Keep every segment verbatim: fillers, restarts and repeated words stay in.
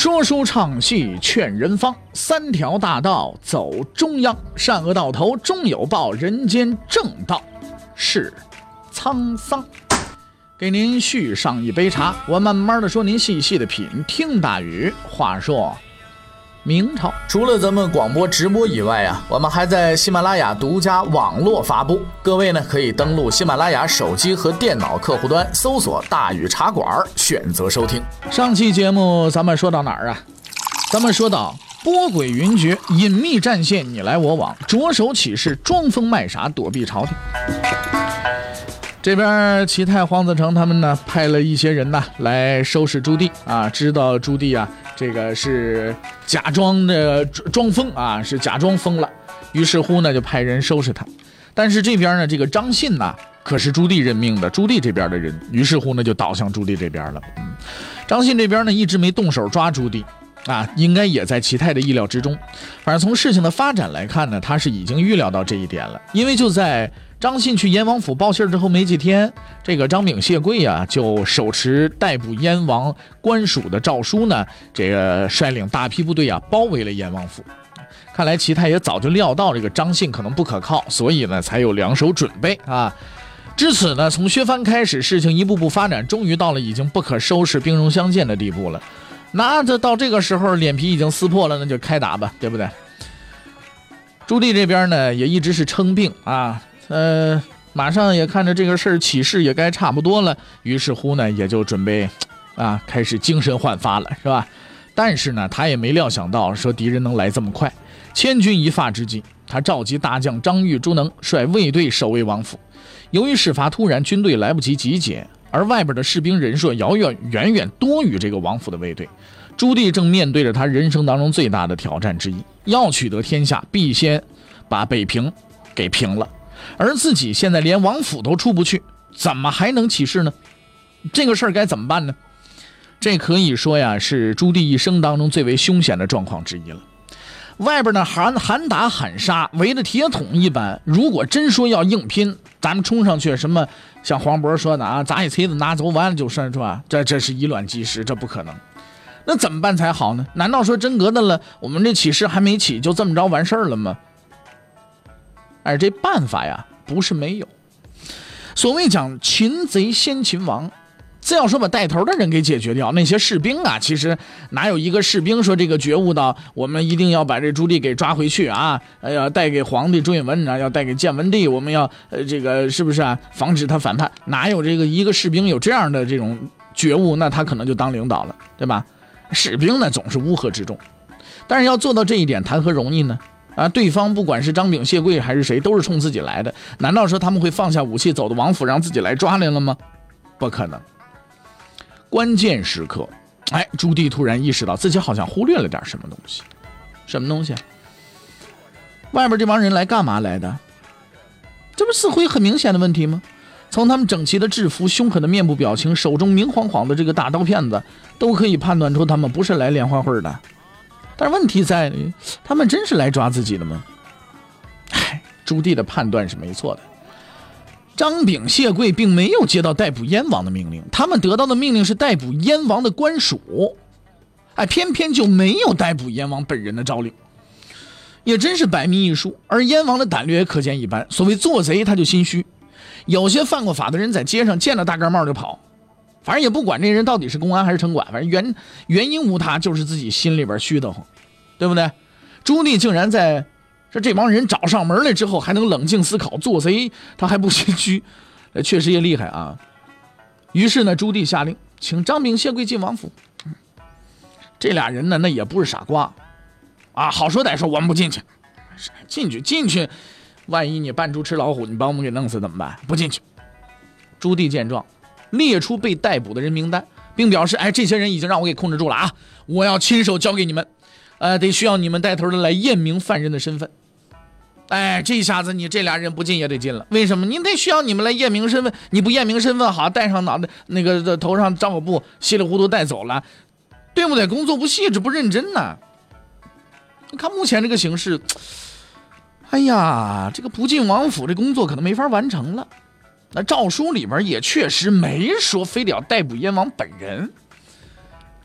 说书唱戏劝人方，三条大道走中央，善恶到头终有报，人间正道是沧桑。给您续上一杯茶，我慢慢的说，您细细的品。听大禹。话说明朝除了咱们广播直播以外啊，我们还在喜马拉雅独家网络发布。各位呢可以登录喜马拉雅手机和电脑客户端，搜索大禹茶馆，选择收听。上期节目咱们说到哪儿啊？咱们说到波诡云谲，隐秘战线你来我往，着手起事，装疯卖傻，躲避朝廷。这边齐泰、黄子成他们呢派了一些人呢来收拾朱棣啊，知道朱棣啊这个是假装的装疯啊，是假装疯了，于是乎呢就派人收拾他。但是这边呢这个张信呢可是朱棣任命的，朱棣这边的人，于是乎呢就倒向朱棣这边了。嗯，张信这边呢一直没动手抓朱棣啊，应该也在齐泰的意料之中。反正从事情的发展来看呢，他是已经预料到这一点了，因为就在张信去燕王府报信之后没几天，这个张炳谢贵啊就手持逮捕燕王官署的诏书呢，这个率领大批部队啊包围了燕王府。看来齐泰也早就料到这个张信可能不可靠，所以呢才有两手准备啊。至此呢，从削藩开始，事情一步步发展，终于到了已经不可收拾、兵戎相见的地步了。那这到这个时候脸皮已经撕破了，那就开打吧，对不对？朱棣这边呢也一直是称病啊，呃，马上也看着这个事儿起事也该差不多了，于是乎呢也就准备啊开始精神焕发了，是吧？但是呢他也没料想到说敌人能来这么快。千钧一发之际，他召集大将张玉、朱能率卫队守卫王府。由于事发突然，军队来不及集结，而外边的士兵人数遥远远远多于这个王府的卫队。朱棣正面对着他人生当中最大的挑战之一，要取得天下，必先把北平给平了。而自己现在连王府都出不去，怎么还能起事呢？这个事儿该怎么办呢？这可以说呀，是朱棣一生当中最为凶险的状况之一了。外边呢喊喊打喊杀，围着铁桶一般。如果真说要硬拼，咱们冲上去，什么像黄渤说的啊，砸一锤子拿走完了就算是吧，这这是以卵击石，这不可能。那怎么办才好呢？难道说真格的了，我们这起事还没起，就这么着完事儿了吗？而这办法呀，不是没有。所谓讲擒贼先擒王，只要说把带头的人给解决掉，那些士兵啊，其实哪有一个士兵说这个觉悟到我们一定要把这朱棣给抓回去啊，呃，要带给皇帝朱允炆啊，要带给建文帝，我们要呃这个是不是啊，防止他反叛？哪有这个一个士兵有这样的这种觉悟，那他可能就当领导了，对吧？士兵呢总是乌合之众，但是要做到这一点，谈何容易呢？啊，对方不管是张炳、谢贵还是谁，都是冲自己来的，难道说他们会放下武器走到王府让自己来抓来了吗？不可能。关键时刻，哎，朱棣突然意识到自己好像忽略了点什么东西。什么东西？外边这帮人来干嘛来的？这不似乎很明显的问题吗？从他们整齐的制服、凶狠的面部表情、手中明晃晃的这个大刀片子，都可以判断出他们不是来练花会的。但是问题在于，他们真是来抓自己的吗？哎，朱棣的判断是没错的。张炳、谢贵并没有接到逮捕燕王的命令，他们得到的命令是逮捕燕王的官署，哎，偏偏就没有逮捕燕王本人的诏令，也真是百密一疏。而燕王的胆略可见一斑，所谓做贼他就心虚，有些犯过法的人在街上见了大盖帽就跑，反正也不管这人到底是公安还是城管，反正原原因无他，就是自己心里边虚得慌，对不对？朱棣竟然在说这帮人找上门来之后还能冷静思考，做贼他还不心虚，确实也厉害啊。于是呢，朱棣下令请张炳、谢贵进王府。这俩人呢，那也不是傻瓜啊，好说歹说，我们不进去，进去进去，万一你扮猪吃老虎，你把我们给弄死怎么办？不进去。朱棣见状，列出被逮捕的人名单，并表示：哎，这些人已经让我给控制住了啊，我要亲手交给你们，呃，得需要你们带头的来验明犯人的身份。哎，这下子你这俩人不进也得进了，为什么？你得需要你们来验明身份，你不验明身份，好戴上脑袋那个头上罩个布，稀里糊涂带走了，对不对？工作不细致不认真呐。你看目前这个形势，哎呀，这个不进王府这工作可能没法完成了。那诏书里面也确实没说非得要逮捕燕王本人，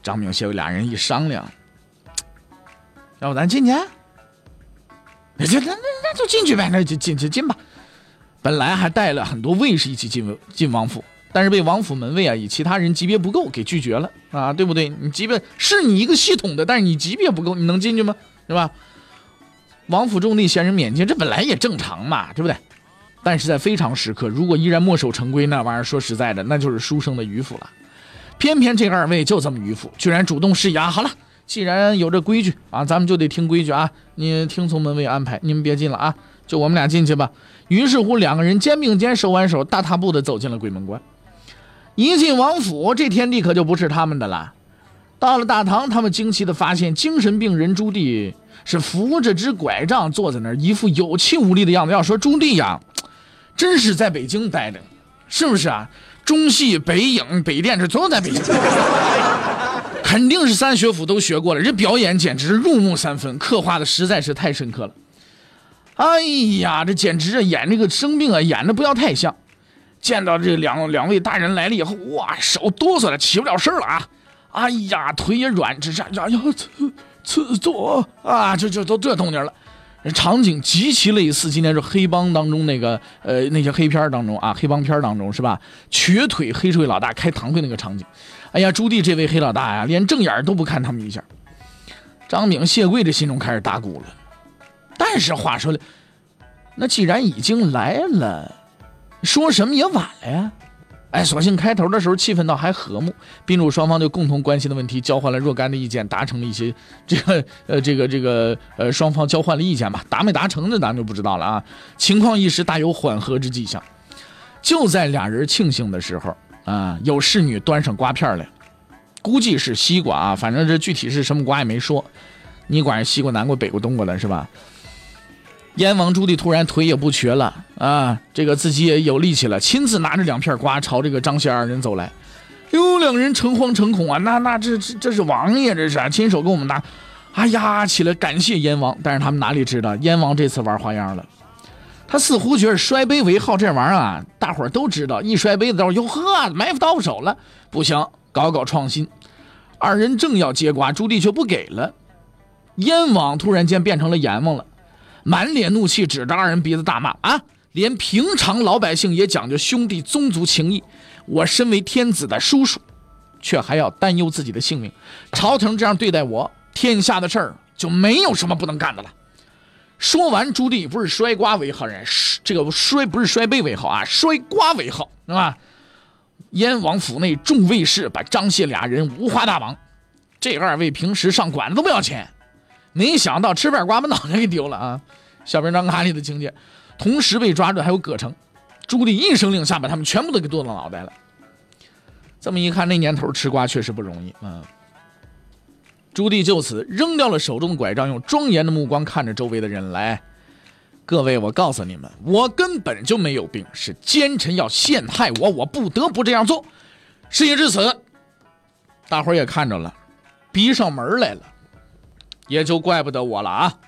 张炳、谢伟俩人一商量，要不咱进去？那那那那就进去呗，那就进去进吧。本来还带了很多卫士一起进进王府，但是被王府门卫啊以其他人级别不够给拒绝了啊，对不对？你级别是你一个系统的，但是你级别不够，你能进去吗？是吧？王府重地闲人免进，这本来也正常嘛，对不对？但是在非常时刻，如果依然墨守成规，那玩意儿说实在的，那就是书生的迂腐了。偏偏这二位就这么迂腐，居然主动示意啊，好了，既然有这规矩啊，咱们就得听规矩啊，你听从门卫安排，你们别进了啊，就我们俩进去吧。于是乎，两个人肩并肩，手挽手，大踏步的走进了鬼门关。一进王府，这天地可就不是他们的了。到了大堂，他们惊奇的发现，精神病人朱棣是扶着只拐杖坐在那儿，一副有气无力的样子。要说朱棣呀，真是在北京待着，是不是啊？中戏、北影、北电，这都在北京，肯定是三学府都学过了。这表演简直是入木三分，刻画的实在是太深刻了。哎呀，这简直啊，演这个生病啊，演的不要太像。见到这两两位大人来了以后，哇，手哆嗦了，起不了声了啊！哎呀，腿也软，这是呀呀，刺刺左啊，这这都这动静了。场景极其类似今天是黑帮当中那个呃那些黑片当中啊，黑帮片当中是吧？瘸腿黑社会老大开堂会那个场景。哎呀，朱棣这位黑老大呀，连正眼都不看他们一下。张炳、谢贵这心中开始打鼓了。但是话说了，那既然已经来了，说什么也晚了呀。哎，所幸开头的时候气氛倒还和睦，宾主双方就共同关心的问题交换了若干的意见，达成了一些这个呃这个这个呃双方交换了意见吧，达没达成的咱就不知道了啊。情况一时大有缓和之迹象。就在俩人庆幸的时候啊，有侍女端上瓜片来，估计是西瓜啊，反正这具体是什么瓜也没说。你管是西瓜、南瓜、北瓜、东瓜的是吧？燕王朱棣突然腿也不瘸了啊，这个自己也有力气了，亲自拿着两片瓜朝这个张谢二人走来。哟，两人诚惶诚恐啊，那那这这这是王爷，这是、啊、亲手给我们拿。哎呀，起来感谢燕王，但是他们哪里知道，燕王这次玩花样了。他似乎觉得摔杯为号这玩意儿啊，大伙儿都知道，一摔杯子都哟呵，埋伏到手了，不行，搞搞创新。二人正要接瓜，朱棣却不给了。燕王突然间变成了阎王了。满脸怒气，指着二人鼻子大骂啊！连平常老百姓也讲究兄弟宗族情谊，我身为天子的叔叔，却还要担忧自己的性命。朝廷这样对待我，天下的事儿就没有什么不能干的了。说完，朱棣不是摔瓜为号人，这个摔不是摔杯为号啊，摔瓜为号，是吧？燕王府内众卫士把张谢俩人五花大绑，这二位平时上馆子都不要钱。没想到吃饭瓜把脑袋给丢了啊！小兵张卡里的情节，同时被抓住还有葛城，朱棣一声令下，把他们全部都给剁到脑袋了。这么一看，那年头吃瓜确实不容易啊！朱棣就此扔掉了手中的拐杖，用庄严的目光看着周围的人来。各位，我告诉你们，我根本就没有病，是奸臣要陷害我，我不得不这样做。事已至此，大伙儿也看着了，逼上门来了。也就怪不得我了啊！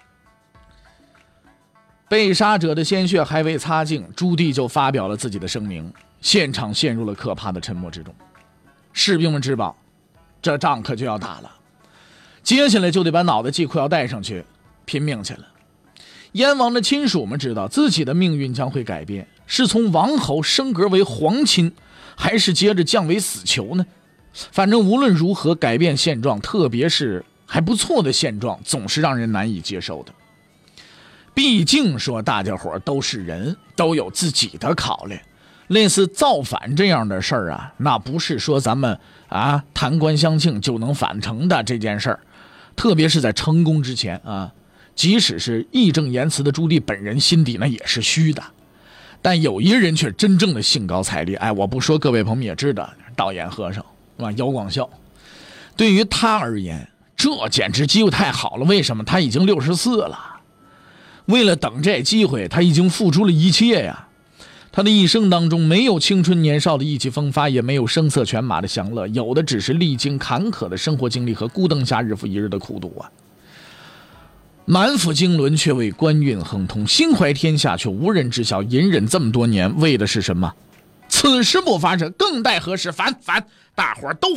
被杀者的鲜血还未擦净，朱棣就发表了自己的声明，现场陷入了可怕的沉默之中。士兵们知道，这仗可就要打了，接下来就得把脑袋系裤腰带上去，拼命去了。燕王的亲属们知道自己的命运将会改变，是从王侯升格为皇亲，还是接着降为死囚呢？反正无论如何，改变现状，特别是还不错的现状，总是让人难以接受的。毕竟说大家伙都是人，都有自己的考虑。类似造反这样的事儿啊，那不是说咱们啊弹冠相庆就能反成的这件事儿。特别是在成功之前啊，即使是义正言辞的朱棣本人心底那也是虚的。但有一人却真正的兴高采烈，哎，我不说各位朋友也知道，道眼和尚是吧？姚广孝，对于他而言，这简直机会太好了。为什么？他已经六十四了，为了等这机会，他已经付出了一切呀。他的一生当中，没有青春年少的意气风发，也没有声色犬马的享乐，有的只是历经坎坷的生活经历和孤灯下日复一日的苦读啊。满腹经纶却为官运亨通，心怀天下却无人知晓，隐忍这么多年，为的是什么？此时不发生，更待何时？烦烦，大伙儿都烦。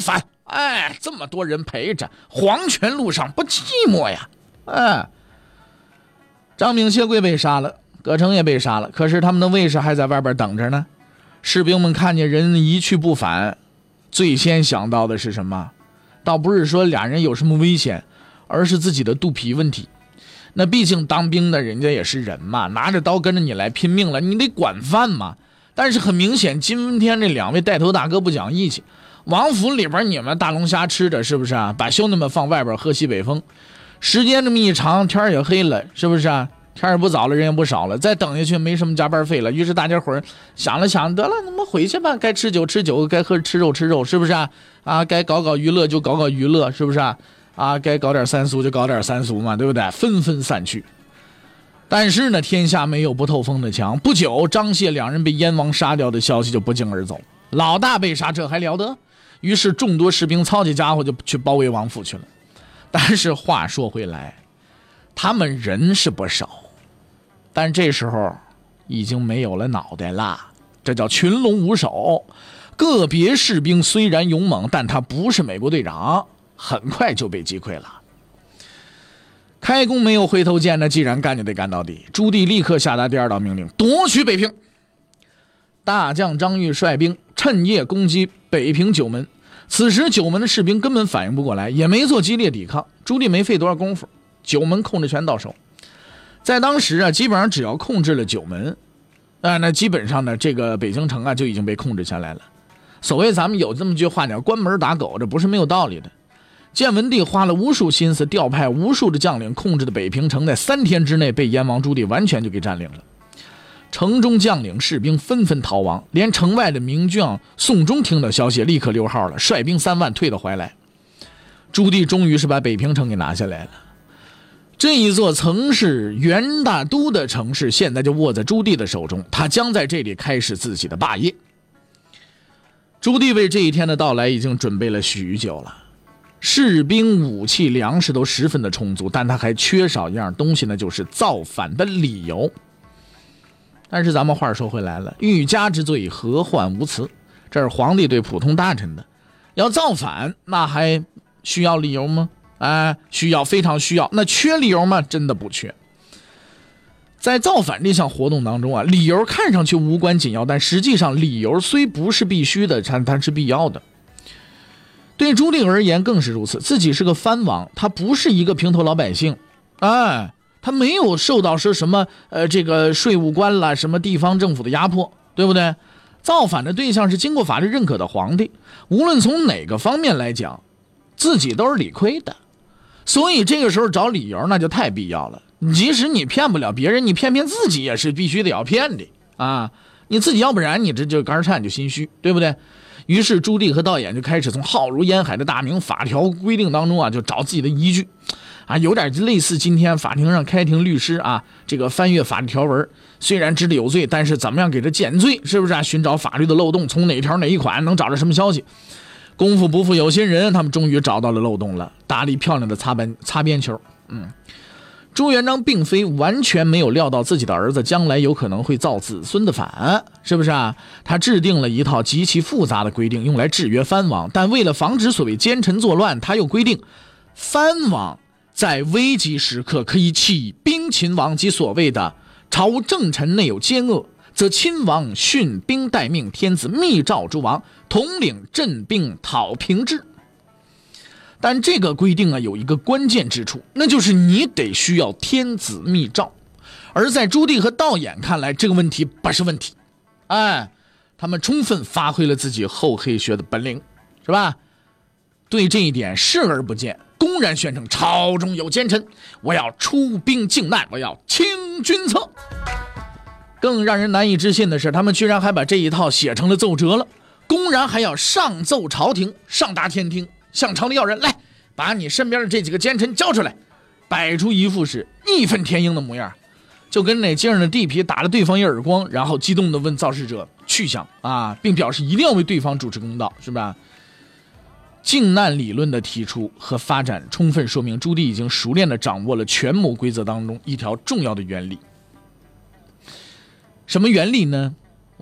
哎，这么多人陪着，黄泉路上不寂寞呀。哎，张炳谢贵被杀了，葛城也被杀了，可是他们的卫士还在外边等着呢。士兵们看见人一去不返，最先想到的是什么？倒不是说俩人有什么危险，而是自己的肚皮问题。那毕竟当兵的人家也是人嘛，拿着刀跟着你来拼命了，你得管饭嘛。但是很明显，今天这两位带头大哥不讲义气。王府里边你们大龙虾吃着是不是啊？把兄弟们放外边喝西北风，时间这么一长，天也黑了，是不是啊？天也不早了，人也不少了，再等下去没什么加班费了。于是大家伙想了想，得了，那么回去吧，该吃酒吃酒，该喝吃肉吃肉，是不是啊？啊，该搞搞娱乐就搞搞娱乐，是不是啊？啊，该搞点三俗就搞点三俗嘛，对不对？纷纷散去。但是呢，天下没有不透风的墙。不久，张谢两人被燕王杀掉的消息就不胫而走。老大被杀，这还了得？于是众多士兵操起家伙就去包围王府去了。但是话说回来，他们人是不少，但这时候已经没有了脑袋啦。这叫群龙无首。个别士兵虽然勇猛，但他不是美国队长，很快就被击溃了。开弓没有回头箭，那既然干就得干到底。朱棣立刻下达第二道命令，夺取北平。大将张玉率兵趁夜攻击北平九门。此时九门的士兵根本反应不过来，也没做激烈抵抗。朱棣没费多少功夫，九门控制权到手。在当时啊，基本上只要控制了九门，啊，那基本上呢，这个北京城啊就已经被控制下来了。所谓咱们有这么句话叫关门打狗，这不是没有道理的。建文帝花了无数心思，调派无数的将领控制的北平城，在三天之内被燕王朱棣完全就给占领了。城中将领士兵纷纷逃亡，连城外的名将宋忠听到消息立刻溜号了，率兵三万退到怀来。朱棣终于是把北平城给拿下来了。这一座曾是元大都的城市，现在就握在朱棣的手中，他将在这里开始自己的霸业。朱棣为这一天的到来已经准备了许久了，士兵、武器、粮食都十分的充足，但他还缺少一样东西呢，就是造反的理由。但是咱们话说回来了，欲加之罪，何患无辞？这是皇帝对普通大臣的，要造反，那还需要理由吗？哎，需要，非常需要。那缺理由吗？真的不缺。在造反这项活动当中啊，理由看上去无关紧要，但实际上理由虽不是必须的，但它是必要的。对朱棣而言更是如此，自己是个藩王，他不是一个平头老百姓，哎，他没有受到说什么呃这个税务官啦、什么地方政府的压迫，对不对？造反的对象是经过法律认可的皇帝，无论从哪个方面来讲，自己都是理亏的。所以这个时候找理由那就太必要了。即使你骗不了别人，你骗骗自己也是必须得要骗的啊！你自己要不然你这就肝颤就心虚，对不对？于是朱棣和道衍就开始从浩如烟海的大明法条规定当中啊，就找自己的依据啊，有点类似今天法庭上开庭律师啊，这个翻阅法律条文，虽然知道有罪，但是怎么样给他减罪，是不是啊？寻找法律的漏洞，从哪条哪一款能找到什么消息？功夫不负有心人，他们终于找到了漏洞了，搭了一漂亮的擦边擦边球。嗯，朱元璋并非完全没有料到自己的儿子将来有可能会造子孙的反，是不是啊？他制定了一套极其复杂的规定，用来制约藩王，但为了防止所谓奸臣作乱，他又规定藩王在危急时刻可以起兵秦王，及所谓的朝政臣内有奸恶，则亲王训兵待命，天子密诏诸王统领镇兵讨平之。但这个规定啊，有一个关键之处，那就是你得需要天子密诏。而在朱棣和道衍看来，这个问题不是问题，哎，他们充分发挥了自己厚黑学的本领，是吧？对这一点视而不见，公然宣称朝中有奸臣，我要出兵靖难，我要清君侧。更让人难以置信的是，他们居然还把这一套写成了奏折了，公然还要上奏朝廷，上达天听，向朝廷要人，来把你身边的这几个奸臣交出来，摆出一副是义愤填膺的模样，就跟那街上的地痞打了对方一耳光，然后激动地问造事者去向啊，并表示一定要为对方主持公道，是吧？靖难理论的提出和发展，充分说明朱棣已经熟练地掌握了权谋规则当中一条重要的原理。什么原理呢？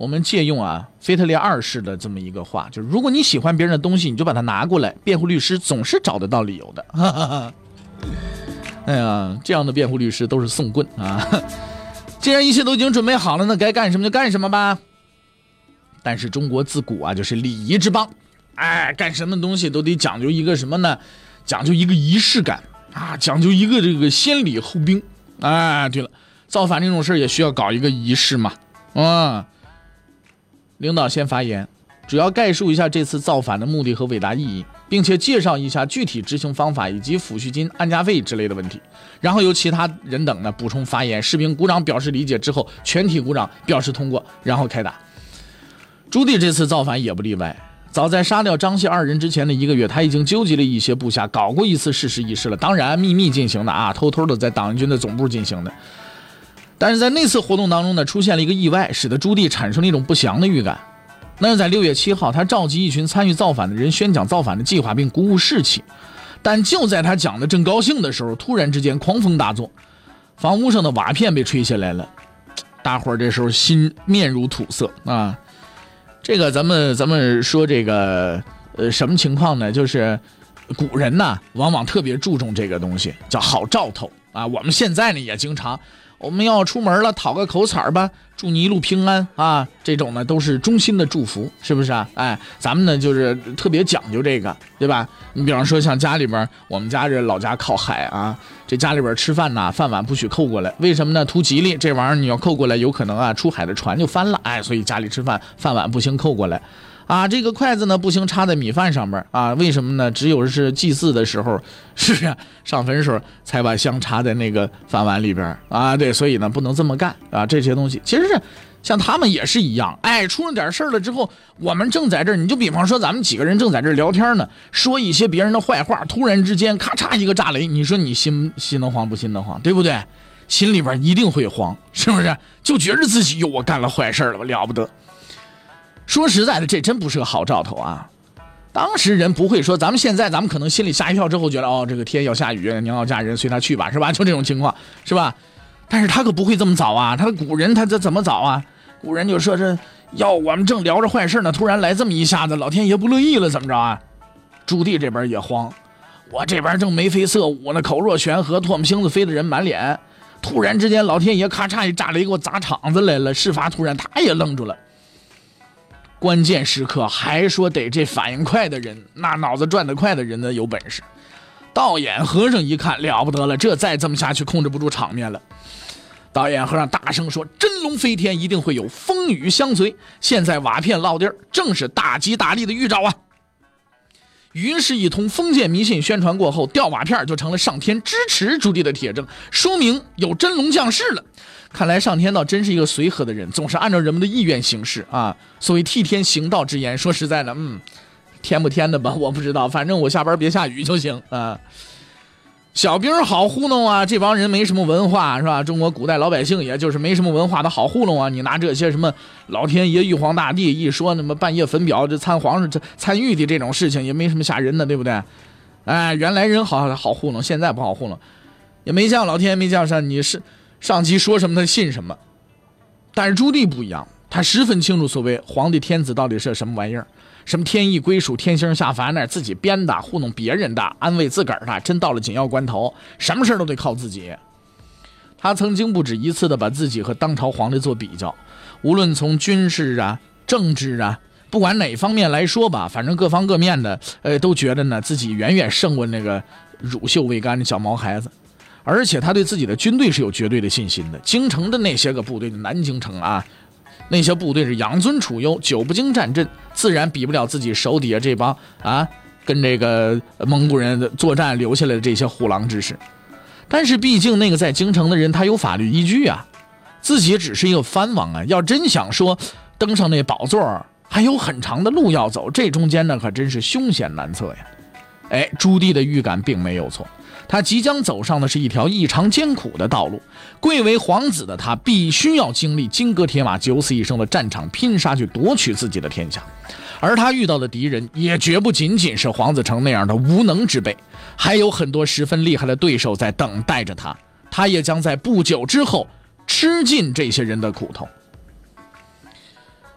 我们借用啊腓特烈二世的这么一个话，就是如果你喜欢别人的东西，你就把它拿过来。辩护律师总是找得到理由的。哈哈哈。哎呀，这样的辩护律师都是送棍啊！既然一切都已经准备好了，那该干什么就干什么吧。但是中国自古啊就是礼仪之邦，哎，干什么东西都得讲究一个什么呢？讲究一个仪式感啊，讲究一个这个先礼后兵。哎，对了，造反这种事也需要搞一个仪式嘛。啊，领导先发言，主要概述一下这次造反的目的和伟大意义，并且介绍一下具体执行方法以及抚恤金、安家费之类的问题。然后由其他人等呢补充发言，士兵鼓掌表示理解之后，全体鼓掌表示通过，然后开打。朱棣这次造反也不例外。早在杀掉张谢二人之前的一个月，他已经纠集了一些部下，搞过一次誓师仪式了。当然秘密进行的啊，偷偷的在党军的总部进行的。但是在那次活动当中呢，出现了一个意外，使得朱棣产生了一种不祥的预感。那是在六月七号，他召集一群参与造反的人，宣讲造反的计划，并鼓舞士气。但就在他讲的正高兴的时候，突然之间狂风大作，房屋上的瓦片被吹下来了。大伙儿这时候心面如土色啊。这个咱们咱们说这个呃什么情况呢？就是古人呢往往特别注重这个东西，叫好兆头啊。我们现在呢也经常，我们要出门了，讨个口彩吧，祝你一路平安啊，这种呢都是衷心的祝福，是不是啊？哎，咱们呢就是特别讲究这个，对吧？你比方说像家里边，我们家这老家靠海啊，这家里边吃饭呐，饭碗不许扣过来，为什么呢？图吉利，这玩意儿你要扣过来，有可能啊出海的船就翻了，哎，所以家里吃饭饭碗不行扣过来。啊，这个筷子呢不行插在米饭上面啊，为什么呢？只有是祭祀的时候，是啊，上坟时候才把香插在那个饭碗里边啊，对，所以呢不能这么干啊。这些东西其实是像他们也是一样，哎，出了点事儿了之后，我们正在这儿，你就比方说咱们几个人正在这儿聊天呢，说一些别人的坏话，突然之间咔嚓一个炸雷，你说你心心得慌不心得慌，对不对？心里边一定会慌，是不是？就觉得自己哟，我干了坏事了，我了不得。说实在的，这真不是个好兆头啊！当时人不会说，咱们现在咱们可能心里吓一跳之后，觉得哦，这个天要下雨，娘要嫁人，随他去吧，是吧？就这种情况，是吧？但是他可不会这么早啊！他的古人他这怎么早啊？古人就说这要我们正聊着坏事呢，突然来这么一下子，老天爷不乐意了，怎么着啊？朱棣这边也慌，我这边正眉飞色舞呢，口若悬河，唾沫星子飞的人满脸。突然之间，老天爷咔嚓一炸雷给我砸场子来了，事发突然，他也愣住了。关键时刻还说得这反应快的人，那脑子转得快的人呢有本事。道眼和尚一看了不得了，这再这么下去控制不住场面了。道眼和尚大声说：“真龙飞天，一定会有风雨相随。现在瓦片落地儿，正是大吉大利的预兆啊！”于是，一通封建迷信宣传过后，掉瓦片就成了上天支持朱棣的铁证，说明有真龙降世了。看来上天倒真是一个随和的人，总是按照人们的意愿行事啊。所谓替天行道之言，说实在的，嗯，天不天的吧，我不知道，反正我下班别下雨就行啊。小兵好糊弄啊，这帮人没什么文化是吧？中国古代老百姓也就是没什么文化的好糊弄啊。你拿这些什么老天爷、玉皇大帝一说，那么半夜焚表这参皇上这参玉的这种事情也没什么吓人的，对不对？哎，原来人好好糊弄，现在不好糊弄，也没叫老天爷没叫上，你是上级说什么他信什么。但是朱棣不一样，他十分清楚所谓皇帝天子到底是什么玩意儿。什么天意归属、天星下凡，那自己编的，糊弄别人的，安慰自个儿的。真到了紧要关头，什么事都得靠自己。他曾经不止一次的把自己和当朝皇帝做比较，无论从军事啊、政治啊，不管哪方面来说吧，反正各方各面的，呃，都觉得呢自己远远胜过那个乳臭未干的小毛孩子。而且他对自己的军队是有绝对的信心的，京城的那些个部队，南京城啊。那些部队是养尊处优，久不经战阵，自然比不了自己手底下这帮啊，跟这个蒙古人作战留下来的这些虎狼之士。但是毕竟那个在京城的人，他有法律依据啊，自己只是一个藩王啊，要真想说登上那宝座，还有很长的路要走，这中间呢可真是凶险难测呀。哎，朱棣的预感并没有错。他即将走上的是一条异常艰苦的道路，贵为皇子的他必须要经历金戈铁马、九死一生的战场拼杀，去夺取自己的天下。而他遇到的敌人也绝不仅仅是黄子成那样的无能之辈，还有很多十分厉害的对手在等待着他，他也将在不久之后吃尽这些人的苦头。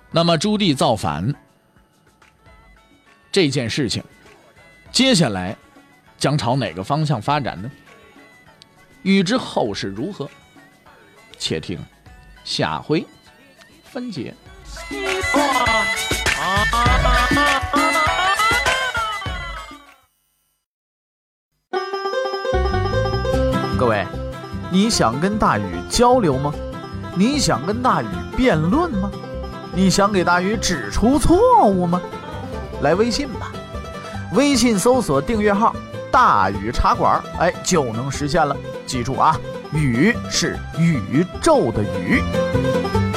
那么朱棣造反这件事情，接下来将朝哪个方向发展呢？欲知后事如何，且听下回分解。 各位，你想跟大禹交流吗？你想跟大禹辩论吗？你想给大禹指出错误吗？来微信吧，微信搜索订阅号大禹茶馆，哎，就能实现了。记住啊，禹是宇宙的宇。